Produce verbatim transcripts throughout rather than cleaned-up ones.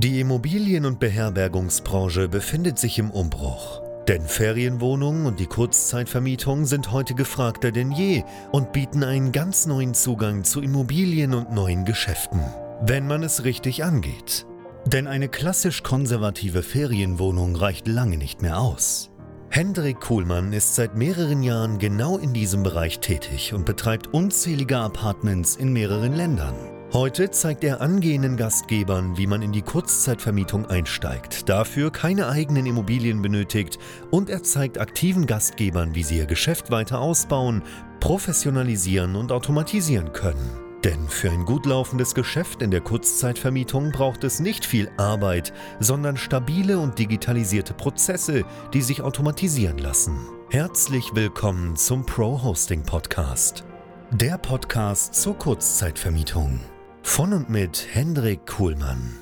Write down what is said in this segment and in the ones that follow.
Die Immobilien- und Beherbergungsbranche befindet sich im Umbruch. Denn Ferienwohnungen und die Kurzzeitvermietung sind heute gefragter denn je und bieten einen ganz neuen Zugang zu Immobilien und neuen Geschäften, wenn man es richtig angeht. Denn eine klassisch konservative Ferienwohnung reicht lange nicht mehr aus. Hendrik Kuhlmann ist seit mehreren Jahren genau in diesem Bereich tätig und betreibt unzählige Apartments in mehreren Ländern. Heute zeigt er angehenden Gastgebern, wie man in die Kurzzeitvermietung einsteigt, dafür keine eigenen Immobilien benötigt, und er zeigt aktiven Gastgebern, wie sie ihr Geschäft weiter ausbauen, professionalisieren und automatisieren können. Denn für ein gut laufendes Geschäft in der Kurzzeitvermietung braucht es nicht viel Arbeit, sondern stabile und digitalisierte Prozesse, die sich automatisieren lassen. Herzlich willkommen zum Pro Hosting Podcast. Der Podcast zur Kurzzeitvermietung. Von und mit Hendrik Kuhlmann.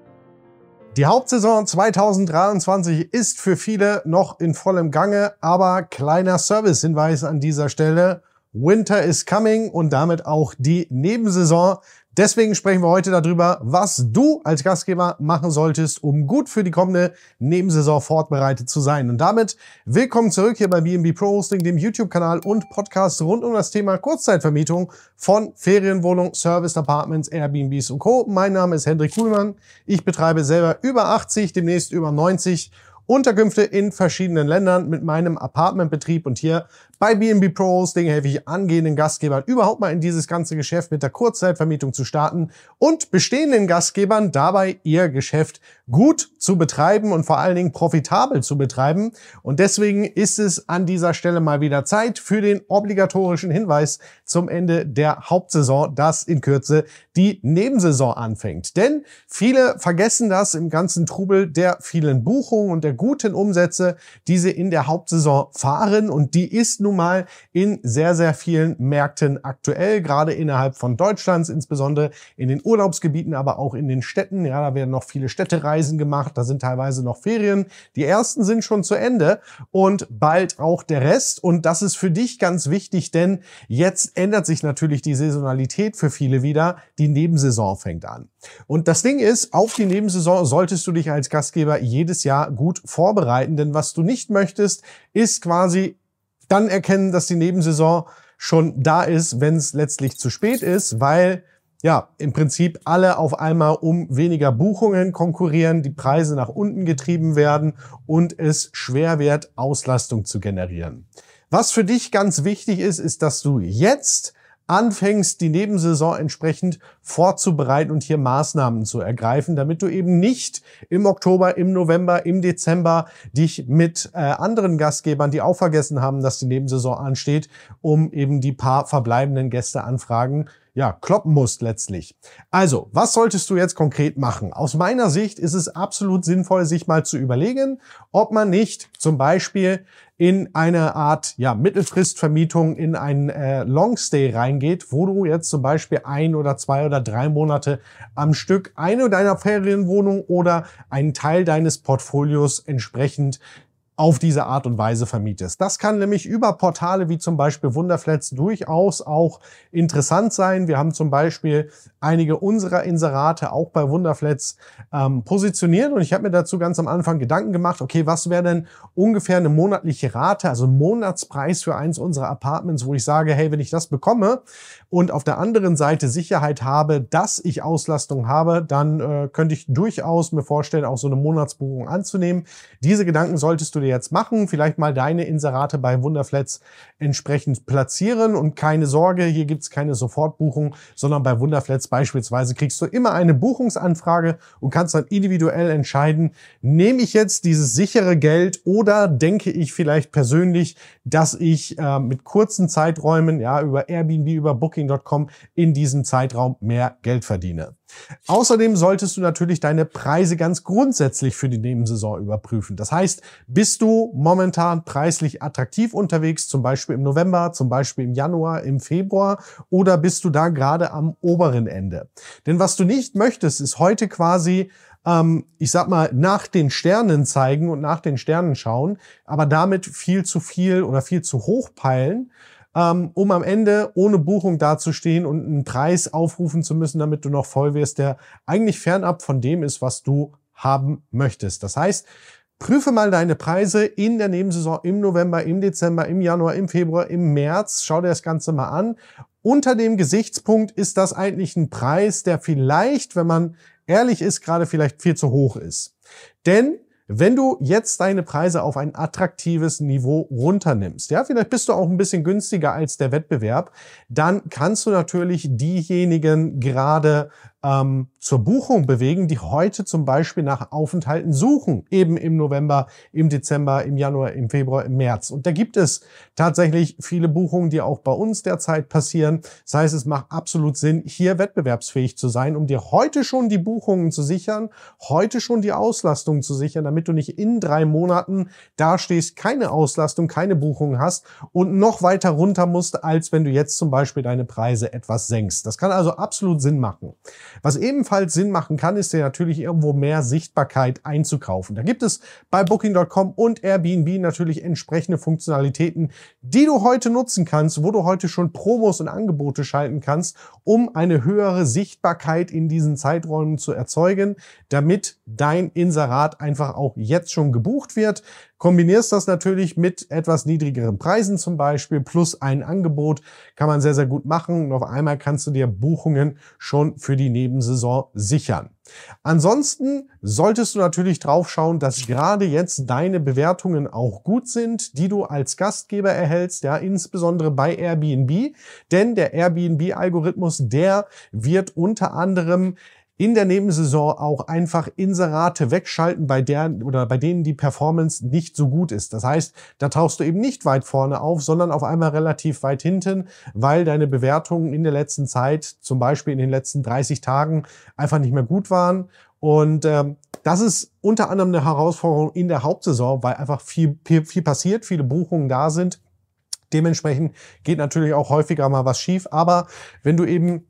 Die Hauptsaison zweitausenddreiundzwanzig ist für viele noch in vollem Gange, aber kleiner Servicehinweis an dieser Stelle: Winter is coming und damit auch die Nebensaison. Deswegen sprechen wir heute darüber, was du als Gastgeber machen solltest, um gut für die kommende Nebensaison vorbereitet zu sein. Und damit willkommen zurück hier bei B and B Pro Hosting, dem YouTube-Kanal und Podcast rund um das Thema Kurzzeitvermietung von Ferienwohnungen, Service Apartments, Airbnbs und Co. Mein Name ist Hendrik Kuhlmann. Ich betreibe selber über achtzig, demnächst über neunzig Unterkünfte in verschiedenen Ländern mit meinem Apartmentbetrieb, und hier bei B and B Pro Hosting helfe ich angehenden Gastgebern überhaupt mal in dieses ganze Geschäft mit der Kurzzeitvermietung zu starten und bestehenden Gastgebern dabei ihr Geschäft gut zu betreiben und vor allen Dingen profitabel zu betreiben. Und deswegen ist es an dieser Stelle mal wieder Zeit für den obligatorischen Hinweis zum Ende der Hauptsaison, dass in Kürze die Nebensaison anfängt. Denn viele vergessen das im ganzen Trubel der vielen Buchungen und der guten Umsätze, die sie in der Hauptsaison fahren, und die ist nun mal in sehr, sehr vielen Märkten aktuell, gerade innerhalb von Deutschlands, insbesondere in den Urlaubsgebieten, aber auch in den Städten. Ja, da werden noch viele Städtereisen gemacht, da sind teilweise noch Ferien. Die ersten sind schon zu Ende und bald auch der Rest. Und das ist für dich ganz wichtig, denn jetzt ändert sich natürlich die Saisonalität für viele wieder. Die Nebensaison fängt an. Und das Ding ist, auf die Nebensaison solltest du dich als Gastgeber jedes Jahr gut vorbereiten, denn was du nicht möchtest, ist quasi dann erkennen, dass die Nebensaison schon da ist, wenn es letztlich zu spät ist, weil ja im Prinzip alle auf einmal um weniger Buchungen konkurrieren, die Preise nach unten getrieben werden und es schwer wird, Auslastung zu generieren. Was für dich ganz wichtig ist, ist, dass du jetzt anfängst, die Nebensaison entsprechend vorzubereiten und hier Maßnahmen zu ergreifen, damit du eben nicht im Oktober, im November, im Dezember dich mit äh, anderen Gastgebern, die auch vergessen haben, dass die Nebensaison ansteht, um eben die paar verbleibenden Gästeanfragen ja, kloppen musst letztlich. Also, was solltest du jetzt konkret machen? Aus meiner Sicht ist es absolut sinnvoll, sich mal zu überlegen, ob man nicht zum Beispiel in eine Art ja, Mittelfristvermietung in einen äh, Longstay reingeht, wo du jetzt zum Beispiel ein oder zwei oder drei Monate am Stück eine deiner Ferienwohnung oder einen Teil deines Portfolios entsprechend auf diese Art und Weise vermietest. Das kann nämlich über Portale wie zum Beispiel Wunderflats durchaus auch interessant sein. Wir haben zum Beispiel einige unserer Inserate auch bei Wunderflats ähm, positioniert, und ich habe mir dazu ganz am Anfang Gedanken gemacht, okay, was wäre denn ungefähr eine monatliche Rate, also ein Monatspreis für eins unserer Apartments, wo ich sage, hey, wenn ich das bekomme und auf der anderen Seite Sicherheit habe, dass ich Auslastung habe, dann äh, könnte ich durchaus mir vorstellen, auch so eine Monatsbuchung anzunehmen. Diese Gedanken solltest du dir jetzt machen, vielleicht mal deine Inserate bei Wunderflats entsprechend platzieren, und keine Sorge, hier gibt es keine Sofortbuchung, sondern bei Wunderflats beispielsweise kriegst du immer eine Buchungsanfrage und kannst dann individuell entscheiden, nehme ich jetzt dieses sichere Geld oder denke ich vielleicht persönlich, dass ich äh, mit kurzen Zeiträumen, ja, über Airbnb, über Booking Punkt com in diesem Zeitraum mehr Geld verdiene. Außerdem solltest du natürlich deine Preise ganz grundsätzlich für die Nebensaison überprüfen. Das heißt, bist du momentan preislich attraktiv unterwegs, zum Beispiel im November, zum Beispiel im Januar, im Februar, oder bist du da gerade am oberen Ende? Denn was du nicht möchtest, ist heute quasi ähm, ich sag mal, nach den Sternen zeigen und nach den Sternen schauen, aber damit viel zu viel oder viel zu hoch peilen, ähm, um am Ende ohne Buchung dazustehen und einen Preis aufrufen zu müssen, damit du noch voll wirst, der eigentlich fernab von dem ist, was du haben möchtest. Das heißt, prüfe mal deine Preise in der Nebensaison im November, im Dezember, im Januar, im Februar, im März. Schau dir das Ganze mal an. Unter dem Gesichtspunkt ist das eigentlich ein Preis, der vielleicht, wenn man ehrlich ist, gerade vielleicht viel zu hoch ist. Denn wenn du jetzt deine Preise auf ein attraktives Niveau runternimmst, ja, vielleicht bist du auch ein bisschen günstiger als der Wettbewerb, dann kannst du natürlich diejenigen gerade ähm, zur Buchung bewegen, die heute zum Beispiel nach Aufenthalten suchen, eben im November, im Dezember, im Januar, im Februar, im März. Und da gibt es tatsächlich viele Buchungen, die auch bei uns derzeit passieren. Das heißt, es macht absolut Sinn, hier wettbewerbsfähig zu sein, um dir heute schon die Buchungen zu sichern, heute schon die Auslastung zu sichern, damit du nicht in drei Monaten dastehst, keine Auslastung, keine Buchungen hast und noch weiter runter musst, als wenn du jetzt zum Beispiel deine Preise etwas senkst. Das kann also absolut Sinn machen. Was ebenfalls Sinn machen kann, ist dir natürlich irgendwo mehr Sichtbarkeit einzukaufen. Da gibt es bei Booking Punkt com und Airbnb natürlich entsprechende Funktionalitäten, die du heute nutzen kannst, wo du heute schon Promos und Angebote schalten kannst, um eine höhere Sichtbarkeit in diesen Zeiträumen zu erzeugen, damit dein Inserat einfach auch jetzt schon gebucht wird. Kombinierst das natürlich mit etwas niedrigeren Preisen zum Beispiel plus ein Angebot, kann man sehr, sehr gut machen und auf einmal kannst du dir Buchungen schon für die Nebensaison sichern. Ansonsten solltest du natürlich drauf schauen, dass gerade jetzt deine Bewertungen auch gut sind, die du als Gastgeber erhältst, ja, insbesondere bei Airbnb, denn der Airbnb-Algorithmus, der wird unter anderem in der Nebensaison auch einfach Inserate wegschalten, bei der oder bei denen die Performance nicht so gut ist. Das heißt, da tauchst du eben nicht weit vorne auf, sondern auf einmal relativ weit hinten, weil deine Bewertungen in der letzten Zeit, zum Beispiel in den letzten dreißig Tagen, einfach nicht mehr gut waren. Und ähm, das ist unter anderem eine Herausforderung in der Hauptsaison, weil einfach viel, viel, viel passiert, viele Buchungen da sind. Dementsprechend geht natürlich auch häufiger mal was schief. Aber wenn du eben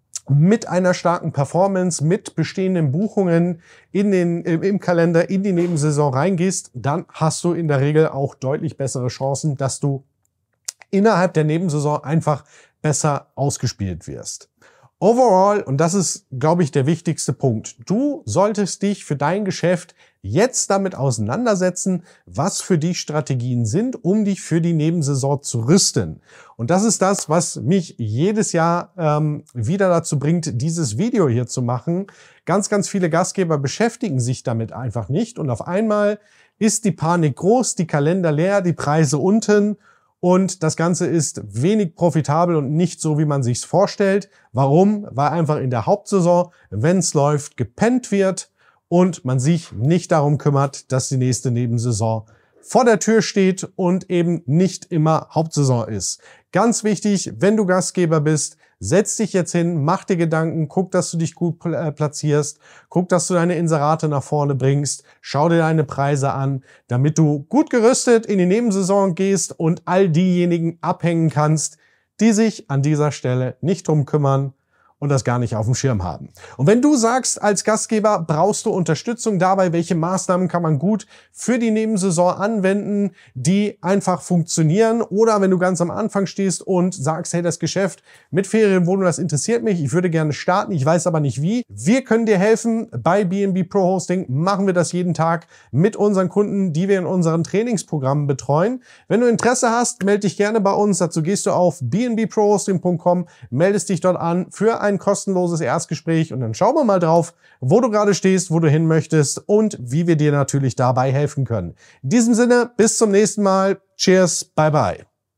mit einer starken Performance, mit bestehenden Buchungen in den, im Kalender in die Nebensaison reingehst, dann hast du in der Regel auch deutlich bessere Chancen, dass du innerhalb der Nebensaison einfach besser ausgespielt wirst. Overall, und das ist, glaube ich, der wichtigste Punkt, du solltest dich für dein Geschäft jetzt damit auseinandersetzen, was für dich Strategien sind, um dich für die Nebensaison zu rüsten. Und das ist das, was mich jedes Jahr ähm, wieder dazu bringt, dieses Video hier zu machen. Ganz, ganz viele Gastgeber beschäftigen sich damit einfach nicht. Und auf einmal ist die Panik groß, die Kalender leer, die Preise unten. Und das Ganze ist wenig profitabel und nicht so, wie man sich's vorstellt. Warum? Weil einfach in der Hauptsaison, wenn's läuft, gepennt wird und man sich nicht darum kümmert, dass die nächste Nebensaison vor der Tür steht und eben nicht immer Hauptsaison ist. Ganz wichtig, wenn du Gastgeber bist, setz dich jetzt hin, mach dir Gedanken, guck, dass du dich gut platzierst, guck, dass du deine Inserate nach vorne bringst, schau dir deine Preise an, damit du gut gerüstet in die Nebensaison gehst und all diejenigen abhängen kannst, die sich an dieser Stelle nicht drum kümmern und das gar nicht auf dem Schirm haben. Und wenn du sagst, als Gastgeber brauchst du Unterstützung dabei, welche Maßnahmen kann man gut für die Nebensaison anwenden, die einfach funktionieren, oder wenn du ganz am Anfang stehst und sagst, hey, das Geschäft mit Ferienwohnung, das interessiert mich, ich würde gerne starten, ich weiß aber nicht wie. Wir können dir helfen. Bei B and B Pro Hosting machen wir das jeden Tag mit unseren Kunden, die wir in unseren Trainingsprogrammen betreuen. Wenn du Interesse hast, melde dich gerne bei uns. Dazu gehst du auf b and b pro hosting punkt com, meldest dich dort an für ein ein kostenloses Erstgespräch und dann schauen wir mal drauf, wo du gerade stehst, wo du hin möchtest und wie wir dir natürlich dabei helfen können. In diesem Sinne, bis zum nächsten Mal. Cheers, bye bye.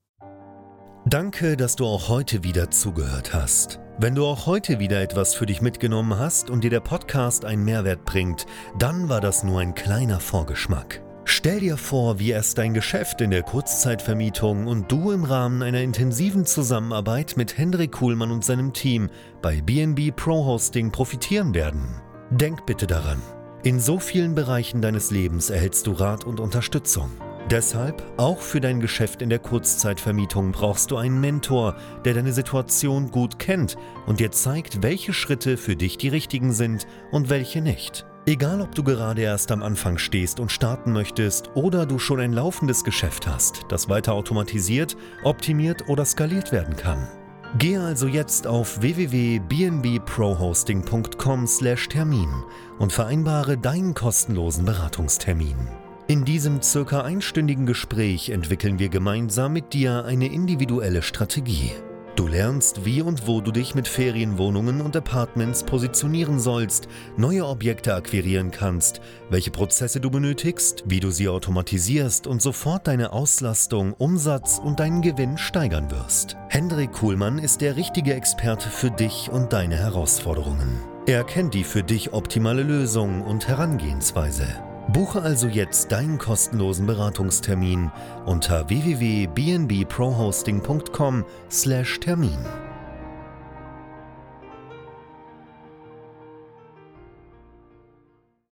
Danke, dass du auch heute wieder zugehört hast. Wenn du auch heute wieder etwas für dich mitgenommen hast und dir der Podcast einen Mehrwert bringt, dann war das nur ein kleiner Vorgeschmack. Stell dir vor, wie erst dein Geschäft in der Kurzzeitvermietung und du im Rahmen einer intensiven Zusammenarbeit mit Hendrik Kuhlmann und seinem Team bei B and B Pro Hosting profitieren werden. Denk bitte daran, in so vielen Bereichen deines Lebens erhältst du Rat und Unterstützung. Deshalb, auch für dein Geschäft in der Kurzzeitvermietung brauchst du einen Mentor, der deine Situation gut kennt und dir zeigt, welche Schritte für dich die richtigen sind und welche nicht. Egal, ob du gerade erst am Anfang stehst und starten möchtest oder du schon ein laufendes Geschäft hast, das weiter automatisiert, optimiert oder skaliert werden kann. Gehe also jetzt auf w w w punkt b n b pro hosting punkt com slash Termin und vereinbare deinen kostenlosen Beratungstermin. In diesem circa einstündigen Gespräch entwickeln wir gemeinsam mit dir eine individuelle Strategie. Du lernst, wie und wo du dich mit Ferienwohnungen und Apartments positionieren sollst, neue Objekte akquirieren kannst, welche Prozesse du benötigst, wie du sie automatisierst und sofort deine Auslastung, Umsatz und deinen Gewinn steigern wirst. Hendrik Kuhlmann ist der richtige Experte für dich und deine Herausforderungen. Er kennt die für dich optimale Lösung und Herangehensweise. Buche also jetzt deinen kostenlosen Beratungstermin unter w w w punkt b n b pro hosting punkt com slash Termin.